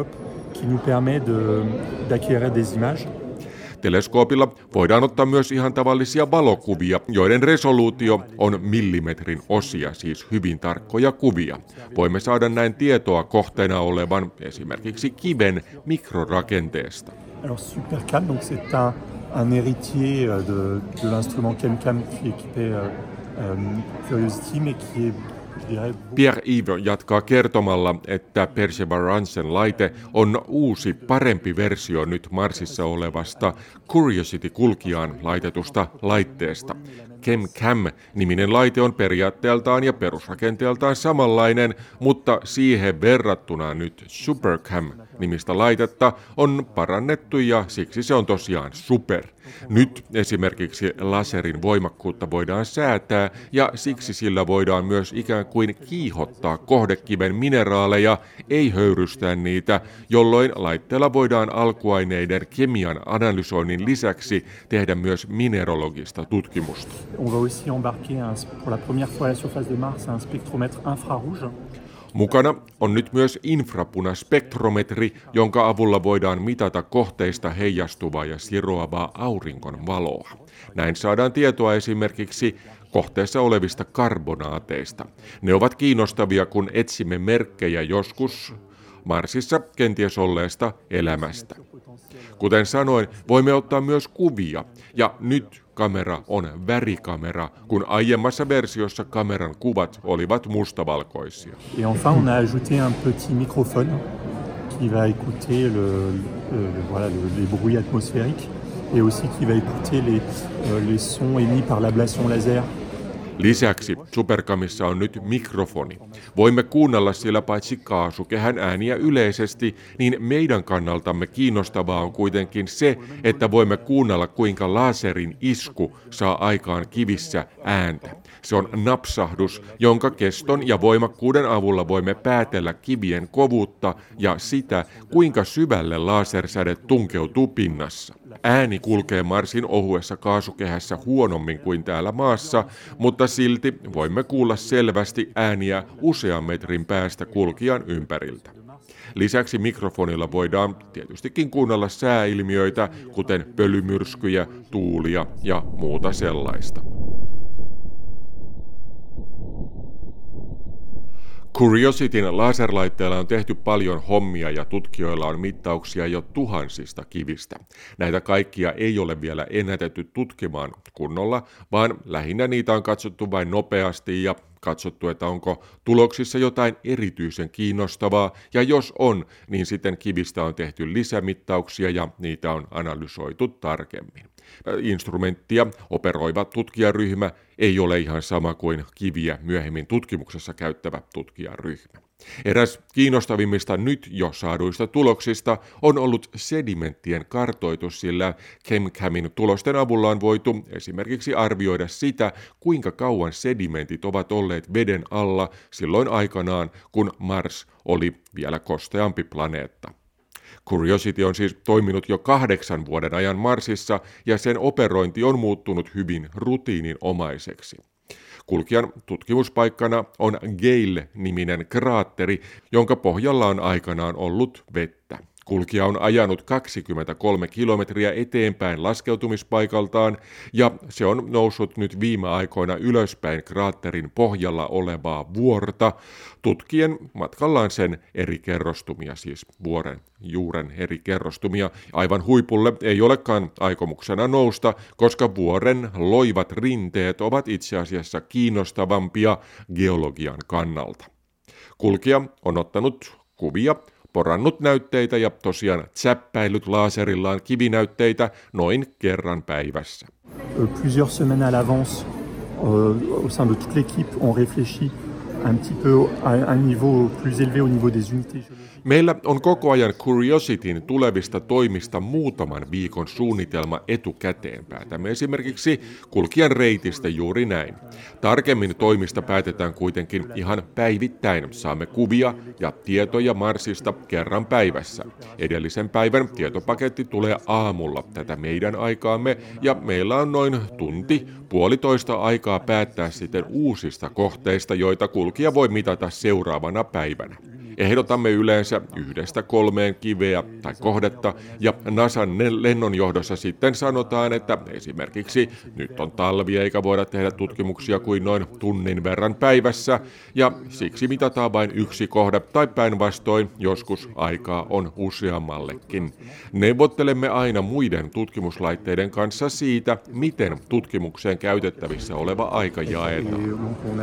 S2: Teleskoopilla voidaan ottaa myös ihan tavallisia valokuvia, joiden resoluutio on millimetrin osia, siis hyvin tarkkoja kuvia. Voimme saada näin tietoa kohteena olevan esimerkiksi kiven mikrorakenteesta.
S3: Alors Supercam, donc c'est un, un héritier de, de l'instrument ChemCam qui équipait euh, euh, Curiosity, mais qui est...
S2: Pierre-Yves jatkaa kertomalla, että Perseverance'n laite on uusi, parempi versio nyt Marsissa olevasta Curiosity-kulkijaan laitetusta laitteesta. ChemCam-niminen laite on periaatteeltaan ja perusrakenteeltaan samanlainen, mutta siihen verrattuna nyt Supercam-nimistä laitetta on parannettu ja siksi se on tosiaan super. Nyt esimerkiksi laserin voimakkuutta voidaan säätää ja siksi sillä voidaan myös ikään kuin kiihottaa kohdekiven mineraaleja, ei höyrystää niitä, jolloin laitteella voidaan alkuaineiden kemian analysoinnin lisäksi tehdä myös mineralogista tutkimusta.
S3: On va aussi embarquer un, pour la première fois à la surface de Mars un spectromètre infrarouge.
S2: Mukana on nyt myös infrapunaspektrometri, jonka avulla voidaan mitata kohteista heijastuvaa ja siroavaa auringon valoa. Näin saadaan tietoa esimerkiksi kohteessa olevista karbonaateista. Ne ovat kiinnostavia, kun etsimme merkkejä joskus Marsissa kenties olleesta elämästä. Kuten sanoin, voimme ottaa myös kuvia, ja nyt kamera on värikamera, kun aiemmassa versiossa kameran kuvat olivat mustavalkoisia.
S3: Et enfin on a ajouté un petit microphone qui va écouter le, le, voilà, les bruits atmosphériques et aussi qui va écouter les, les sons émis par l'ablation laser.
S2: Lisäksi Supercamissa on nyt mikrofoni. Voimme kuunnella siellä paitsi kaasukehän ääniä yleisesti, niin meidän kannaltamme kiinnostavaa on kuitenkin se, että voimme kuunnella kuinka laserin isku saa aikaan kivissä ääntä. Se on napsahdus, jonka keston ja voimakkuuden avulla voimme päätellä kivien kovuutta ja sitä, kuinka syvälle lasersäde tunkeutuu pinnassa. Ääni kulkee Marsin ohuessa kaasukehässä huonommin kuin täällä maassa, mutta silti voimme kuulla selvästi ääniä usean metrin päästä kulkijan ympäriltä. Lisäksi mikrofonilla voidaan tietystikin kuunnella sääilmiöitä, kuten pölymyrskyjä, tuulia ja muuta sellaista. Curiosityn laserlaitteella on tehty paljon hommia ja tutkijoilla on mittauksia jo tuhansista kivistä. Näitä kaikkia ei ole vielä ennätetty tutkimaan kunnolla, vaan lähinnä niitä on katsottu vain nopeasti ja katsottu, että onko tuloksissa jotain erityisen kiinnostavaa, ja jos on, niin sitten kivistä on tehty lisämittauksia ja niitä on analysoitu tarkemmin. Instrumenttia operoiva tutkijaryhmä ei ole ihan sama kuin kiviä myöhemmin tutkimuksessa käyttävä tutkijaryhmä. Eräs kiinnostavimmista nyt jo saaduista tuloksista on ollut sedimenttien kartoitus, sillä ChemCamin tulosten avulla on voitu esimerkiksi arvioida sitä, kuinka kauan sedimentit ovat olleet veden alla silloin aikanaan, kun Mars oli vielä kosteampi planeetta. Curiosity on siis toiminut jo kahdeksan vuoden ajan Marsissa ja sen operointi on muuttunut hyvin rutiininomaiseksi. Kulkijan tutkimuspaikkana on Gale-niminen kraatteri, jonka pohjalla on aikanaan ollut vettä. Kulkija on ajanut kaksikymmentäkolme kilometriä eteenpäin laskeutumispaikaltaan ja se on noussut nyt viime aikoina ylöspäin kraatterin pohjalla olevaa vuorta, tutkien matkallaan sen eri kerrostumia, siis vuoren juuren eri kerrostumia. Aivan huipulle ei olekaan aikomuksena nousta, koska vuoren loivat rinteet ovat itse asiassa kiinnostavampia geologian kannalta. Kulkija on ottanut kuvia, porannut näytteitä ja tosiaan zäppäillyt laserillaan kivinäytteitä noin kerran päivässä.
S3: Plusieurs semaines à l'avance, au sein de toute l'équipe, on réfléchit un petit peu à un niveau plus élevé au niveau des unités géologiques.
S2: Meillä on koko ajan Curiosityn tulevista toimista muutaman viikon suunnitelma etukäteen. Päätämme esimerkiksi kulkijan reitistä juuri näin. Tarkemmin toimista päätetään kuitenkin ihan päivittäin. Saamme kuvia ja tietoja Marsista kerran päivässä. Edellisen päivän tietopaketti tulee aamulla tätä meidän aikaamme ja meillä on noin tunti, puolitoista aikaa päättää sitten uusista kohteista, joita kulkija voi mitata seuraavana päivänä. Ehdotamme yleensä yhdestä kolmeen kiveä tai kohdetta, ja NASAn lennonjohdossa sitten sanotaan, että esimerkiksi nyt on talvi eikä voida tehdä tutkimuksia kuin noin tunnin verran päivässä, ja siksi mitataan vain yksi kohde tai päinvastoin, joskus aikaa on useammallekin. Neuvottelemme aina muiden tutkimuslaitteiden kanssa siitä, miten tutkimukseen käytettävissä oleva aika jaetaan.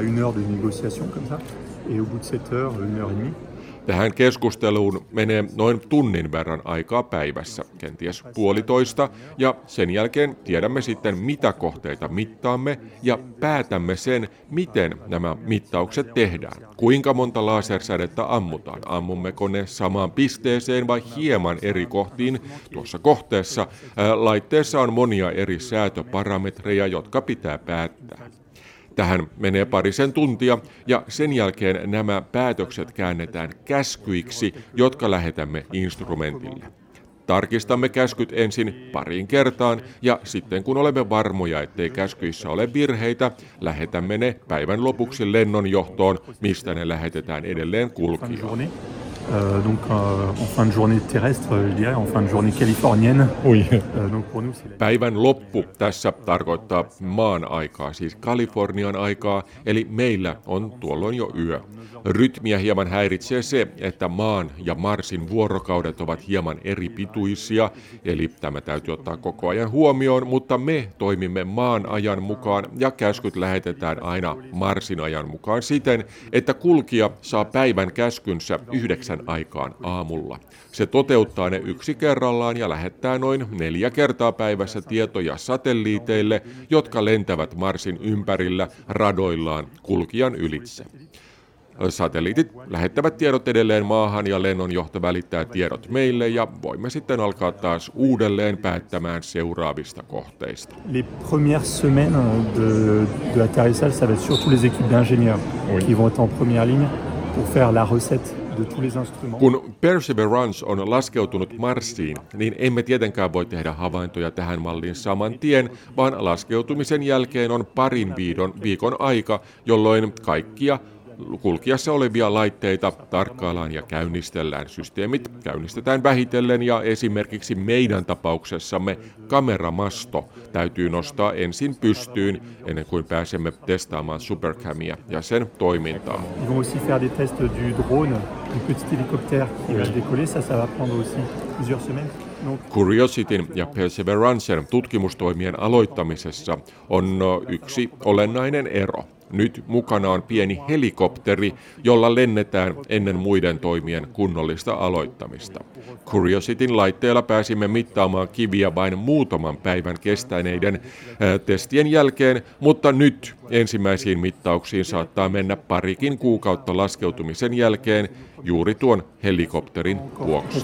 S2: Tähän keskusteluun menee noin tunnin verran aikaa päivässä, kenties puolitoista, ja sen jälkeen tiedämme sitten, mitä kohteita mittaamme, ja päätämme sen, miten nämä mittaukset tehdään. Kuinka monta lasersädettä ammutaan, ammummeko ne samaan pisteeseen vai hieman eri kohtiin tuossa kohteessa. Ää, laitteessa on monia eri säätöparametreja, jotka pitää päättää. Tähän menee parisen tuntia ja sen jälkeen nämä päätökset käännetään käskyiksi, jotka lähetämme instrumentille. Tarkistamme käskyt ensin pariin kertaan ja sitten kun olemme varmoja, ettei käskyissä ole virheitä, lähetämme ne päivän lopuksi lennonjohtoon, mistä ne lähetetään edelleen kulkijoille.
S3: Euh, donc euh, en fin de journée terrestre, je dirais, en fin de journée californienne. Oui. Euh, donc pour nous, c'est la...
S2: Päivän loppu tässä tarkoittaa maan aikaa, siis Kalifornian aikaa, eli meillä on tuolloin jo yö. Rytmiä hieman häiritsee se, että maan ja Marsin vuorokaudet ovat hieman eri pituisia, eli tämä täytyy ottaa koko ajan huomioon, mutta me toimimme maan ajan mukaan ja käskyt lähetetään aina Marsin ajan mukaan siten, että kulkija saa päivän käskynsä yhdeksän aikaan aamulla. Se toteuttaa ne yksi kerrallaan ja lähettää noin neljä kertaa päivässä tietoja satelliiteille, jotka lentävät Marsin ympärillä radoillaan kulkijan ylitse. Satelliitit lähettävät tiedot edelleen maahan ja lennonjohto välittää tiedot meille ja voimme sitten alkaa taas uudelleen päättämään seuraavista kohteista.
S3: Les premières semaines de, de atterrissage, ça va être surtout les équipes d'ingénieurs oui. qui vont être en première ligne pour faire la recette.
S2: Kun Perseverance on laskeutunut Marsiin, niin emme tietenkään voi tehdä havaintoja tähän malliin saman tien, vaan laskeutumisen jälkeen on parin viidon, viikon aika, jolloin kaikkia kulkiassa olevia laitteita tarkkaillaan ja käynnistellään. Systeemit käynnistetään vähitellen ja esimerkiksi meidän tapauksessamme kameramasto täytyy nostaa ensin pystyyn ennen kuin pääsemme testaamaan Supercamia ja sen toimintaa.
S3: Ils vont aussi faire des tests du drone, du petit hélicoptère qui va décoller, ça ça va prendre aussi plusieurs semaines.
S2: Curiosityn ja Perseverance'n tutkimustoimien aloittamisessa on yksi olennainen ero. Nyt mukana on pieni helikopteri, jolla lennetään ennen muiden toimien kunnollista aloittamista. Curiosityn laitteella pääsimme mittaamaan kiviä vain muutaman päivän kestäneiden ää, testien jälkeen, mutta nyt ensimmäisiin mittauksiin saattaa mennä parikin kuukautta laskeutumisen jälkeen juuri tuon helikopterin vuoksi.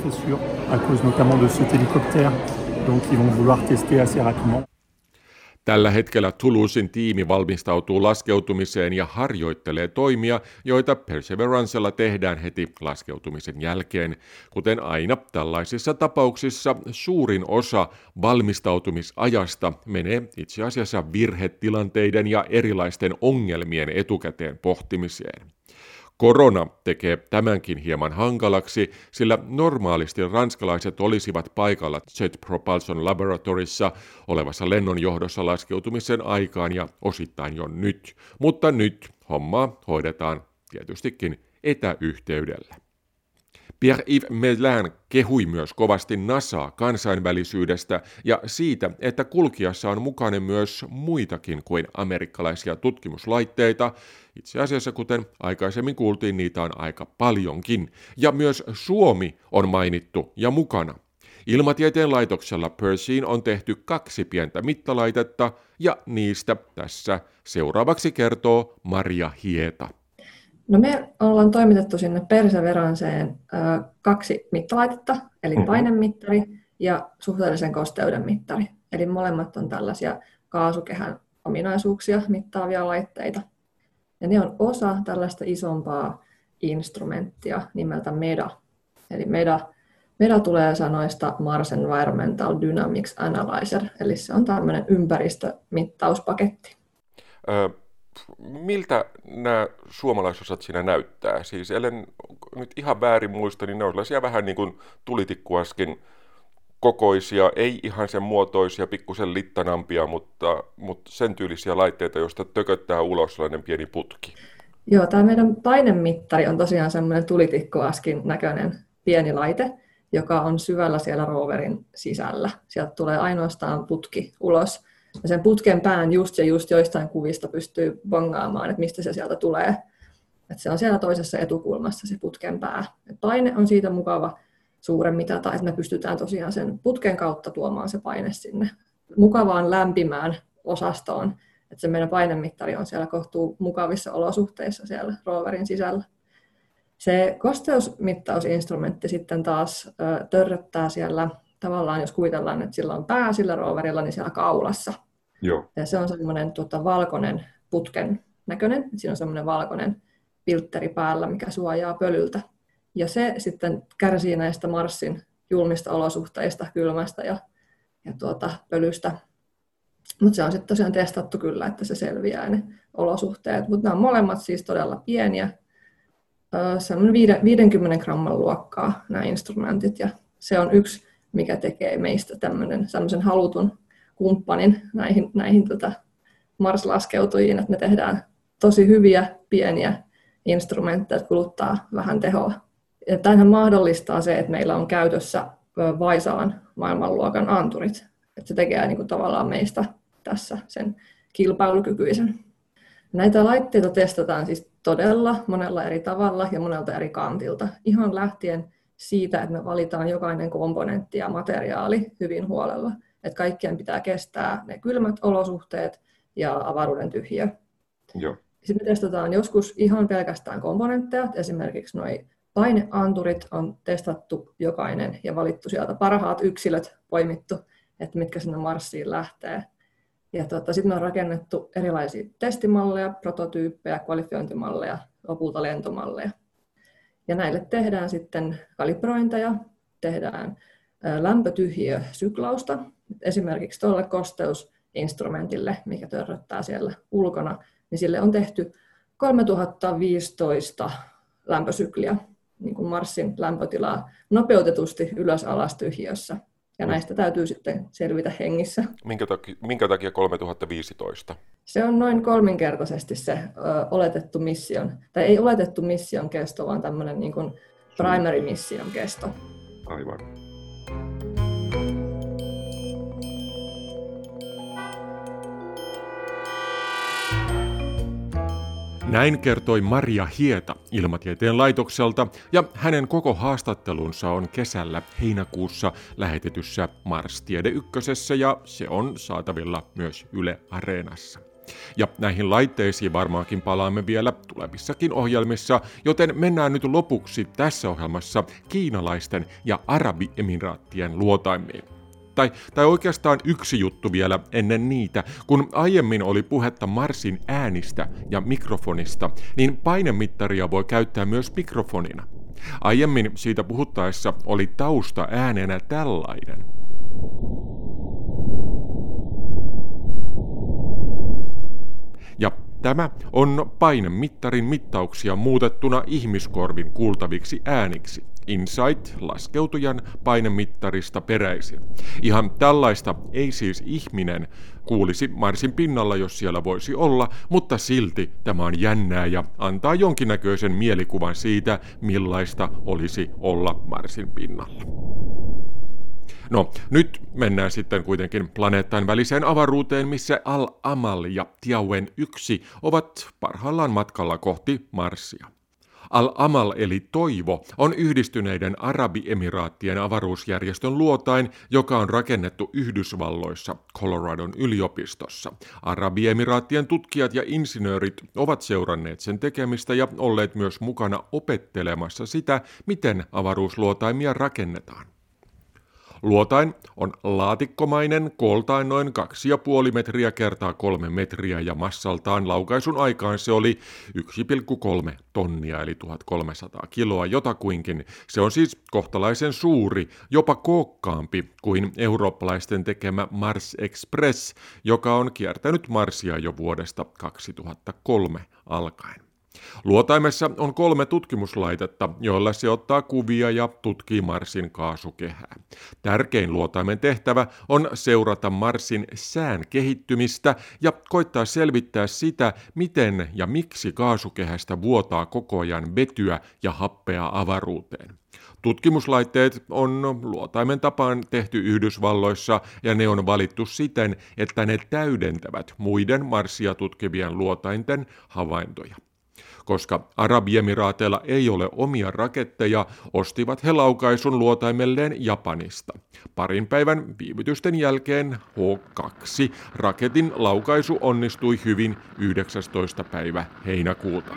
S2: Tällä hetkellä Toulousen tiimi valmistautuu laskeutumiseen ja harjoittelee toimia, joita Perseverancella tehdään heti laskeutumisen jälkeen. Kuten aina tällaisissa tapauksissa suurin osa valmistautumisajasta menee itse asiassa virhetilanteiden ja erilaisten ongelmien etukäteen pohtimiseen. Korona tekee tämänkin hieman hankalaksi, sillä normaalisti ranskalaiset olisivat paikalla Jet Propulsion Laboratorissa olevassa lennonjohdossa laskeutumisen aikaan ja osittain jo nyt, mutta nyt hommaa hoidetaan tietystikin etäyhteydellä. Pierre-Yves Melin kehui myös kovasti NASAa kansainvälisyydestä ja siitä, että kulkijassa on mukana myös muitakin kuin amerikkalaisia tutkimuslaitteita. Itse asiassa, kuten aikaisemmin kuultiin, niitä on aika paljonkin. Ja myös Suomi on mainittu ja mukana. Ilmatieteen laitoksella Perceen on tehty kaksi pientä mittalaitetta ja niistä tässä seuraavaksi kertoo Maria Hieta.
S5: No me ollaan toimitettu sinne Perseveranceen ö, kaksi mittalaitetta, eli
S2: Mm-hmm.
S5: painemittari ja suhteellisen kosteuden mittari. Eli molemmat on tällaisia kaasukehän ominaisuuksia mittaavia laitteita. Ja ne on osa tällaista isompaa instrumenttia nimeltä MEDA. Eli MEDA, MEDA tulee sanoista Mars Environmental Dynamics Analyzer, eli se on tämmöinen ympäristömittauspaketti.
S2: Ö, miltä nämä suomalaisosat siinä näyttää? Siis ellen nyt ihan väärin muista, niin ne on sellaisia vähän niin kuin tulitikkuaskin kokoisia, ei ihan sen muotoisia, pikkusen littanampia, mutta, mutta sen tyylisiä laitteita, joista tököttää ulos sellainen pieni putki.
S5: Joo, tämä meidän painemittari on tosiaan semmoinen tulitikkuaskin näköinen pieni laite, joka on syvällä siellä roverin sisällä. Sieltä tulee ainoastaan putki ulos. Ja sen putken pään just ja just joistain kuvista pystyy bongaamaan, että mistä se sieltä tulee. Että se on siellä toisessa etukulmassa se putken pää. Et paine on siitä mukava suuren mitata, että me pystytään tosiaan sen putken kautta tuomaan se paine sinne mukavaan lämpimään osastoon. Että se meidän painemittari on siellä kohtuu mukavissa olosuhteissa siellä roverin sisällä. Se kosteusmittausinstrumentti sitten taas ö, törröttää siellä, tavallaan jos kuvitellaan, että sillä on pää sillä roverilla, niin siellä kaulassa.
S2: Joo.
S5: Ja se on semmoinen tuota, valkoinen putken näköinen. Siinä on semmoinen valkoinen filtteri päällä, mikä suojaa pölyltä. Ja se sitten kärsii näistä Marsin julmista olosuhteista, kylmästä ja, ja tuota, pölystä. Mutta se on sitten tosiaan testattu kyllä, että se selviää ne olosuhteet. Mutta nämä on molemmat siis todella pieniä. Semmoinen viidenkymmenen gramman luokkaa nämä instrumentit. Ja se on yksi, mikä tekee meistä tämmöinen semmoisen halutun kumppanin näihin, näihin tota Mars-laskeutujiin, että me tehdään tosi hyviä, pieniä instrumentteja, että kuluttaa vähän tehoa. Ja tämähän mahdollistaa se, että meillä on käytössä Vaisaan maailmanluokan anturit. Että se tekee niin kuin tavallaan meistä tässä sen kilpailukykyisen. Näitä laitteita testataan siis todella monella eri tavalla ja monelta eri kantilta. Ihan lähtien siitä, että me valitaan jokainen komponentti ja materiaali hyvin huolella. Että kaikkien pitää kestää ne kylmät olosuhteet ja avaruuden tyhjiö.
S2: Joo.
S5: Sitten me testataan joskus ihan pelkästään komponentteja. Esimerkiksi nuo paineanturit on testattu jokainen ja valittu sieltä parhaat yksilöt poimittu, että mitkä sinne Marsiin lähtee. Ja tuota, sitten me on rakennettu erilaisia testimalleja, prototyyppejä, kvalifiointimalleja, lopulta lentomalleja. Ja näille tehdään sitten kalibrointeja, tehdään lämpötyhjiösyklausta. Esimerkiksi tuolle kosteusinstrumentille, mikä törröttää siellä ulkona, niin sille on tehty kolmetuhattaviisitoista lämpösykliä, niin kuin Marsin lämpötilaa nopeutetusti ylös alas tyhjiössä. Ja näistä täytyy sitten selvitä hengissä.
S2: Minkä takia, minkä takia kolmetuhattaviisitoista?
S5: Se on noin kolminkertaisesti se ö, oletettu mission, tai ei oletettu mission kesto, vaan tämmöinen niin kuin primary mission kesto.
S2: Aivan. Näin kertoi Maria Hieta Ilmatieteen laitokselta, ja hänen koko haastattelunsa on kesällä heinäkuussa lähetetyssä Mars-tiede ykkösessä, ja se on saatavilla myös Yle Areenassa. Ja näihin laitteisiin varmaankin palaamme vielä tulevissakin ohjelmissa, joten mennään nyt lopuksi tässä ohjelmassa kiinalaisten ja Arabiemiraattien luotaimiin. Tai, tai oikeastaan yksi juttu vielä ennen niitä. Kun aiemmin oli puhetta Marsin äänistä ja mikrofonista, niin painemittaria voi käyttää myös mikrofonina. Aiemmin siitä puhuttaessa oli tausta äänenä tällainen. Ja tämä on painemittarin mittauksia muutettuna ihmiskorvin kuultaviksi ääniksi. Insight-laskeutujan painemittarista peräisin. Ihan tällaista ei siis ihminen kuulisi Marsin pinnalla, jos siellä voisi olla, mutta silti tämä on jännää ja antaa jonkinnäköisen mielikuvan siitä, millaista olisi olla Marsin pinnalla. No, nyt mennään sitten kuitenkin planeettan väliseen avaruuteen, missä Al-Amal ja Tiawen yksi ovat parhaillaan matkalla kohti Marsia. Al-Amal eli toivo on Yhdistyneiden Arabiemiraattien avaruusjärjestön luotain, joka on rakennettu Yhdysvalloissa Coloradon yliopistossa. Arabiemiraattien tutkijat ja insinöörit ovat seuranneet sen tekemistä ja olleet myös mukana opettelemassa sitä, miten avaruusluotaimia rakennetaan. Luotain on laatikkomainen, kooltaan noin kaksi ja puoli metriä kertaa kolme metriä ja massaltaan laukaisun aikaan se oli yksi pilkku kolme tonnia eli tuhatkolmesataa kiloa jotakuinkin. Se on siis kohtalaisen suuri, jopa kookkaampi kuin eurooppalaisten tekemä Mars Express, joka on kiertänyt Marsia jo vuodesta kaksituhattakolme alkaen. Luotaimessa on kolme tutkimuslaitetta, joilla se ottaa kuvia ja tutkii Marsin kaasukehää. Tärkein luotaimen tehtävä on seurata Marsin sään kehittymistä ja koittaa selvittää sitä, miten ja miksi kaasukehästä vuotaa koko ajan vetyä ja happea avaruuteen. Tutkimuslaitteet on luotaimen tapaan tehty Yhdysvalloissa ja ne on valittu siten, että ne täydentävät muiden Marsia tutkivien luotainten havaintoja. Koska Arabiemiraateilla ei ole omia raketteja, ostivat he laukaisun luotaimelleen Japanista. Parin päivän viivytysten jälkeen H kaksi raketin laukaisu onnistui hyvin yhdeksästoista päivä heinäkuuta.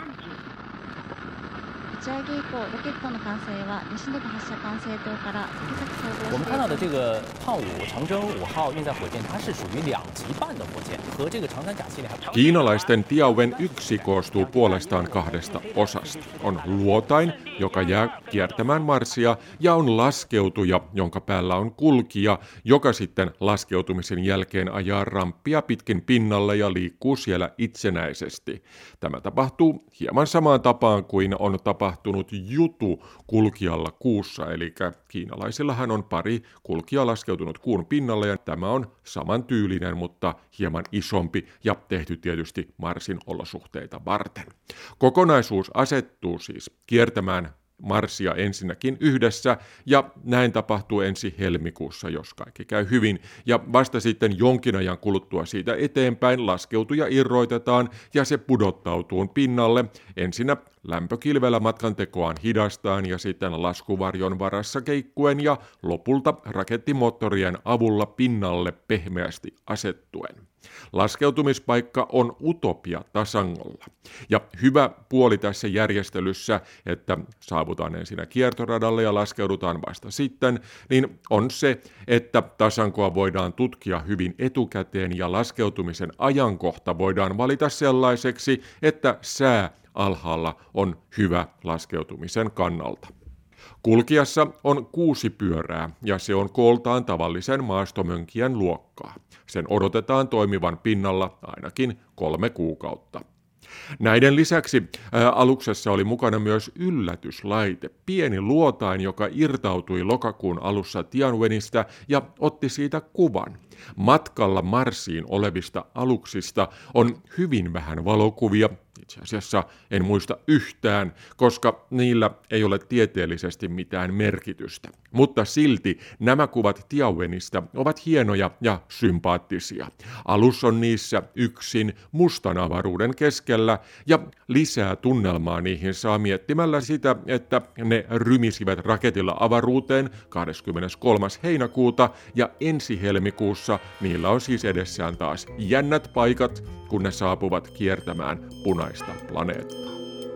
S1: 打ち上げ以降、ロケットの完成は西本発射管制塔から竹崎総合
S10: 我们看到的这个胖五长征五号运载火箭，它是属于两级半的火箭，和这个长三甲系列还不。
S2: Kiinalaisten Tianwen yksi koostuu puolestaan kahdesta osasta. On luotain, joka jää kiertämään Marsia, ja on laskeutuja, jonka päällä on kulkija, joka sitten laskeutumisen jälkeen ajaa ramppia pitkin pinnalle ja liikkuu siellä itsenäisesti. Tämä tapahtuu hieman samaan tapaan kuin on tapahtunut Jutu kulkijalla kuussa, eli kiinalaisillahan on pari kulkijaa laskeutunut kuun pinnalle, ja tämä on samantyylinen, mutta hieman isompi ja tehty tietysti Marsin olosuhteita varten. Kokonaisuus asettuu siis kiertämään Marsia ensinnäkin yhdessä, ja näin tapahtuu ensi helmikuussa, jos kaikki käy hyvin, ja vasta sitten jonkin ajan kuluttua siitä eteenpäin laskeutuja irroitetaan, ja se pudottautuu pinnalle, ensinnä lämpökilvellä matkan tekoaan hidastaan ja sitten laskuvarjon varassa keikkuen ja lopulta rakettimoottorien avulla pinnalle pehmeästi asettuen. Laskeutumispaikka on Utopia tasangolla. Ja hyvä puoli tässä järjestelyssä, että saavutaan ensin kiertoradalle ja laskeudutaan vasta sitten, niin on se, että tasankoa voidaan tutkia hyvin etukäteen ja laskeutumisen ajankohta voidaan valita sellaiseksi, että sää alhaalla on hyvä laskeutumisen kannalta. Kulkiassa on kuusi pyörää ja se on kooltaan tavallisen maastomönkijän luokkaa. Sen odotetaan toimivan pinnalla ainakin kolme kuukautta. Näiden lisäksi ää, aluksessa oli mukana myös yllätyslaite, pieni luotain, joka irtautui lokakuun alussa Tianwenistä ja otti siitä kuvan. Matkalla Marsiin olevista aluksista on hyvin vähän valokuvia, itse asiassa en muista yhtään, koska niillä ei ole tieteellisesti mitään merkitystä. Mutta silti nämä kuvat Tianwenistä ovat hienoja ja sympaattisia. Alus on niissä yksin mustan avaruuden keskellä ja lisää tunnelmaa niihin saa miettimällä sitä, että ne rymisivät raketilla avaruuteen kahdeskymmeneskolmas heinäkuuta ja ensi helmikuussa niillä on siis edessään taas jännät paikat, kun ne saapuvat kiertämään punaista planeettaa.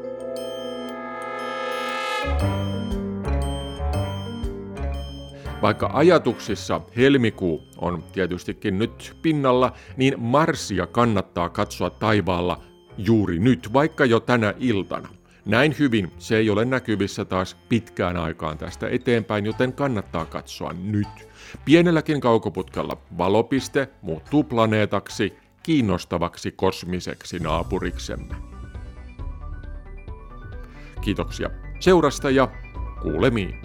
S2: Vaikka ajatuksissa helmikuu on tietystikin nyt pinnalla, niin Marsia kannattaa katsoa taivaalla juuri nyt, vaikka jo tänä iltana. Näin hyvin se ei ole näkyvissä taas pitkään aikaan tästä eteenpäin, joten kannattaa katsoa nyt. Pienelläkin kaukoputkella valopiste muuttuu planeetaksi, kiinnostavaksi kosmiseksi naapuriksemme. Kiitoksia seurasta ja kuulemiin.